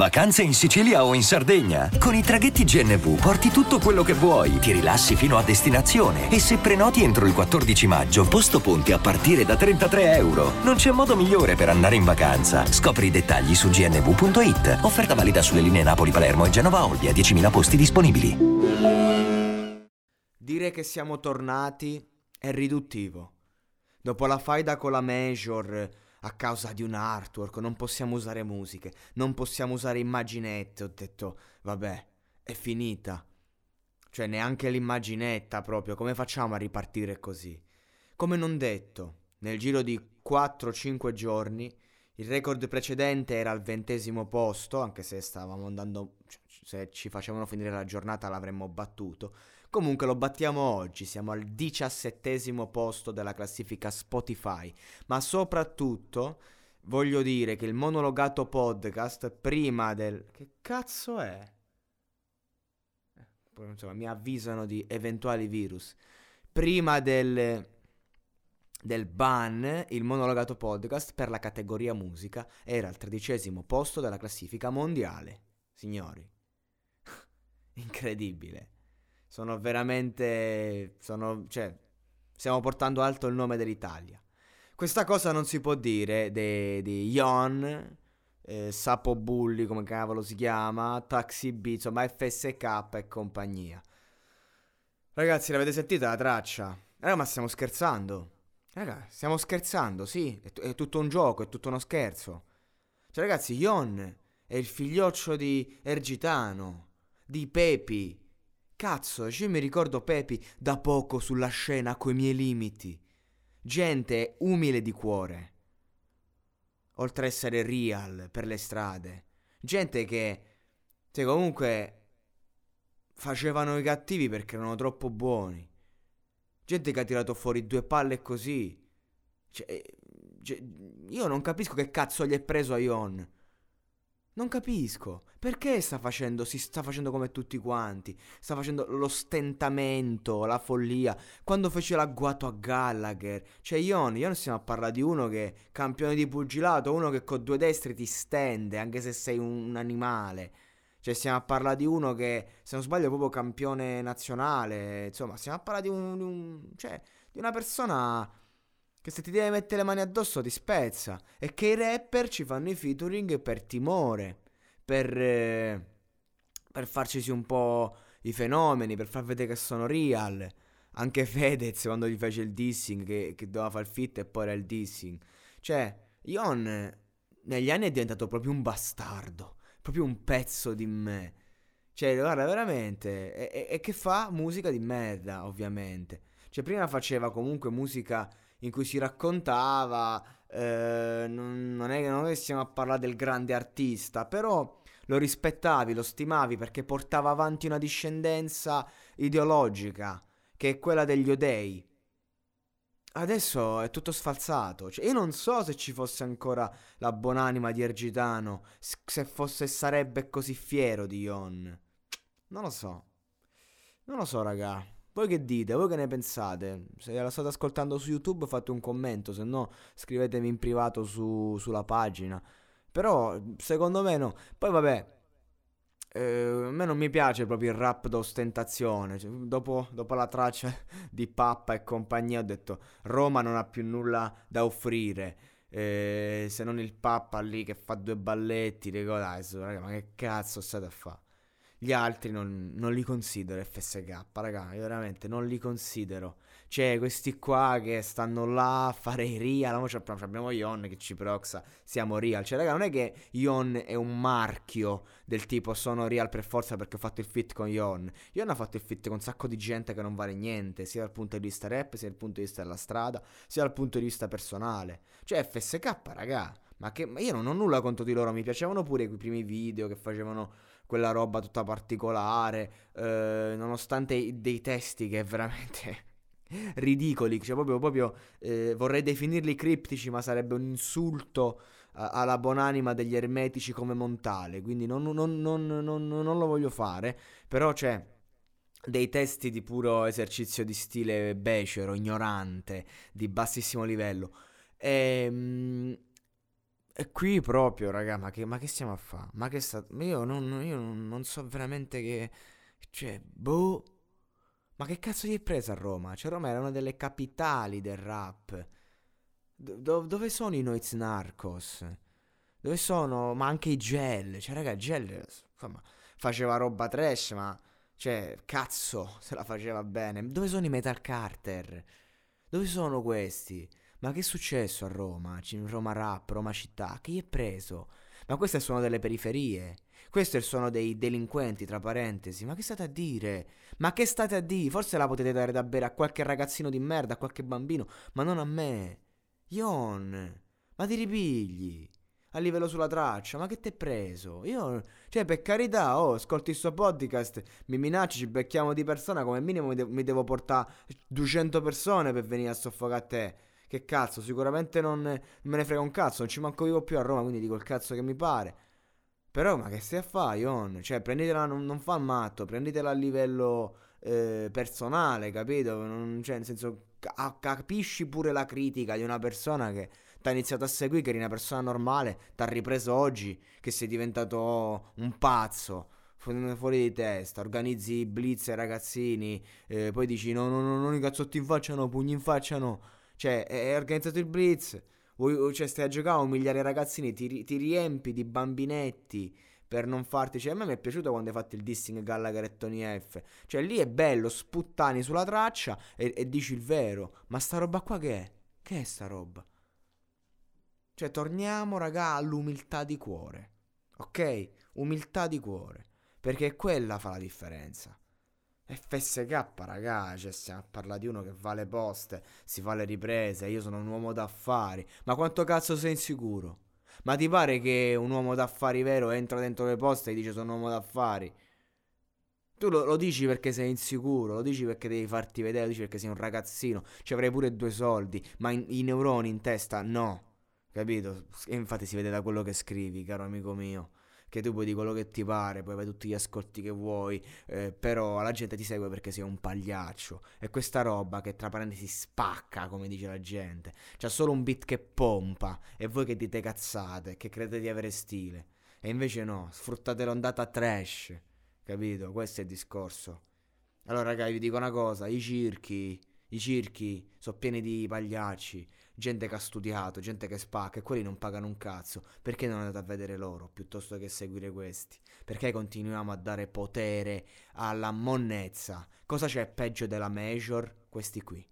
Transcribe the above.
Vacanze in Sicilia o in Sardegna? Con i traghetti GNV porti tutto quello che vuoi, ti rilassi fino a destinazione e se prenoti entro il 14 maggio, posto ponti a partire da €33. Non c'è modo migliore per andare in vacanza. Scopri i dettagli su gnv.it. Offerta valida sulle linee Napoli-Palermo e Genova-Olbia, 10.000 posti disponibili. Dire che siamo tornati è riduttivo. Dopo la faida con la Major, a causa di un artwork, non possiamo usare musiche, non possiamo usare immaginette, ho detto, vabbè, è finita. Cioè, neanche l'immaginetta proprio, come facciamo a ripartire così? Come non detto, nel giro di 4-5 giorni, il record precedente era al 20° posto, anche se stavamo andando, se ci facevano finire la giornata l'avremmo battuto. Comunque lo battiamo oggi, siamo al 17° posto della classifica Spotify, ma soprattutto voglio dire che il monologato podcast prima del... Che cazzo è? Poi, insomma, mi avvisano di eventuali virus. Prima del ban, il monologato podcast per la categoria musica era al 13° posto della classifica mondiale. Signori, incredibile. Sono veramente... cioè, stiamo portando alto il nome dell'Italia. Questa cosa non si può dire di Yon, Sapo Bulli, come cavolo si chiama, Taxi B, insomma FSK e compagnia. Ragazzi, l'avete sentita la traccia? Ma stiamo scherzando. Raga, stiamo scherzando, sì, è tutto un gioco, è tutto uno scherzo. Cioè, ragazzi, Yon è il figlioccio di Ergitano, di Pepi. Cazzo, io mi ricordo Pepi da poco sulla scena coi miei limiti. Gente umile di cuore, oltre a essere real per le strade. Gente che, cioè, comunque facevano i cattivi perché erano troppo buoni. Gente che ha tirato fuori 2 palle così. Cioè, io non capisco che cazzo gli è preso a Ion. Non capisco. Perché si sta facendo come tutti quanti. Sta facendo lo stentamento, la follia. Quando fece l'agguato a Gallagher. Cioè Ion stiamo a parlare di uno che è campione di pugilato, uno che con 2 destri ti stende, anche se sei un animale. Cioè stiamo a parlare di uno che, se non sbaglio, è proprio campione nazionale. Insomma, stiamo a parlare cioè, di una persona che se ti deve mettere le mani addosso ti spezza. E che i rapper ci fanno i featuring per timore, per farcisi un po' i fenomeni, per far vedere che sono real. Anche Fedez quando gli fece il dissing, che doveva fare il feat e poi era il dissing. Cioè, Ion negli anni è diventato proprio un bastardo, proprio un pezzo di me. Cioè, guarda, veramente. E che fa musica di merda, ovviamente. Cioè, prima faceva comunque musica in cui si raccontava. Non è che stiamo a parlare del grande artista, però lo rispettavi, lo stimavi perché portava avanti una discendenza ideologica, che è quella degli Odei. Adesso è tutto sfalsato. Cioè, io non so se ci fosse ancora la buonanima di Ergitano, se fosse sarebbe così fiero di Ion. Non lo so. Non lo so, raga. Voi che dite? Voi che ne pensate? Se la state ascoltando su YouTube fate un commento, se no scrivetemi in privato sulla pagina. Però, secondo me no. Poi vabbè, a me non mi piace proprio il rap d'ostentazione. Cioè, dopo la traccia di Pappa e compagnia ho detto Roma non ha più nulla da offrire. Se non il Pappa lì che fa 2 balletti. Dico, dai, raga, ma che cazzo state a fare? Gli altri non li considero FSK, raga, io veramente non li considero. Cioè, questi qua che stanno là a fare i real, abbiamo Ion che ci proxa, siamo real. Cioè, raga, non è che Ion è un marchio del tipo sono real per forza perché ho fatto il feat con Ion. Ion ha fatto il feat con un sacco di gente che non vale niente, sia dal punto di vista rap, sia dal punto di vista della strada, sia dal punto di vista personale. Cioè, FSK, raga, ma io non ho nulla contro di loro, mi piacevano pure quei primi video che facevano quella roba tutta particolare, nonostante dei testi che veramente ridicoli, cioè proprio vorrei definirli criptici, ma sarebbe un insulto alla buonanima degli ermetici come Montale, quindi non lo voglio fare, però c'è dei testi di puro esercizio di stile becero, ignorante, di bassissimo livello. E qui proprio, raga, ma che stiamo a fare? Ma che sta... io non so veramente che... Cioè, boh... Ma che cazzo gli hai preso a Roma? Cioè, Roma era una delle capitali del rap. Dove sono i Noiz Narcos? Dove sono? Ma anche i Gel. Cioè, raga, Gel... Insomma, faceva roba trash, ma... Cioè, cazzo, se la faceva bene. Dove sono i Metal Carter? Dove sono questi? Ma che è successo a Roma? Roma Rap, Roma Città? Che gli è preso? Ma questo è il suono delle periferie. Questo è il suono dei delinquenti, tra parentesi. Ma che state a dire? Ma che state a dire? Forse la potete dare da bere a qualche ragazzino di merda, a qualche bambino, ma non a me. Ion, ma ti ripigli? A livello sulla traccia, ma che t'è preso? Io, cioè, per carità, oh, ascolti il suo podcast, mi minacci, ci becchiamo di persona, come minimo mi devo portare 200 persone per venire a soffocare a te. Che cazzo, sicuramente non me ne frega un cazzo, non ci manco vivo più a Roma, quindi dico il cazzo che mi pare. Però, ma che stai a fare, Ion? Cioè, prenditela, non fa il matto, prenditela a livello personale, capito? Cioè, nel senso, capisci pure la critica di una persona che ti ha iniziato a seguire, che eri una persona normale, ti ha ripreso oggi, che sei diventato un pazzo. Fuori di testa, organizzi i blitz ai ragazzini, poi dici no, no, no, non i cazzotti in faccia, no, pugni in faccia, no. Cioè, hai organizzato il blitz, cioè, stai a giocare a umiliare i ragazzini, ti riempi di bambinetti per non farti. Cioè, a me mi è piaciuto quando hai fatto il dissing Gallagher e Tony F. Cioè, lì è bello, sputtani sulla traccia e dici il vero. Ma sta roba qua che è? Che è sta roba? Cioè, torniamo, raga, all'umiltà di cuore. Ok? Umiltà di cuore. Perché quella fa la differenza. FSK, raga, cioè stiamo a parlare di uno che fa le poste, si fa le riprese, io sono un uomo d'affari. Ma quanto cazzo sei insicuro? Ma ti pare che un uomo d'affari vero entra dentro le poste e dice sono un uomo d'affari? Tu lo dici perché sei insicuro, lo dici perché devi farti vedere, lo dici perché sei un ragazzino, ci avrai pure due soldi, ma i neuroni in testa no, capito? E infatti si vede da quello che scrivi, caro amico mio, che tu puoi dire quello che ti pare, puoi avere tutti gli ascolti che vuoi, però la gente ti segue perché sei un pagliaccio. E questa roba che tra parentesi spacca, come dice la gente, c'ha solo un beat che pompa e voi che dite cazzate, che credete di avere stile. E invece no, sfruttate l'ondata trash. Capito? Questo è il discorso. Allora, ragazzi, vi dico una cosa: i circhi sono pieni di pagliacci, gente che ha studiato, gente che spacca e quelli non pagano un cazzo. Perché non andate a vedere loro piuttosto che seguire questi? Perché continuiamo a dare potere alla monnezza? Cosa c'è peggio della Major? Questi qui.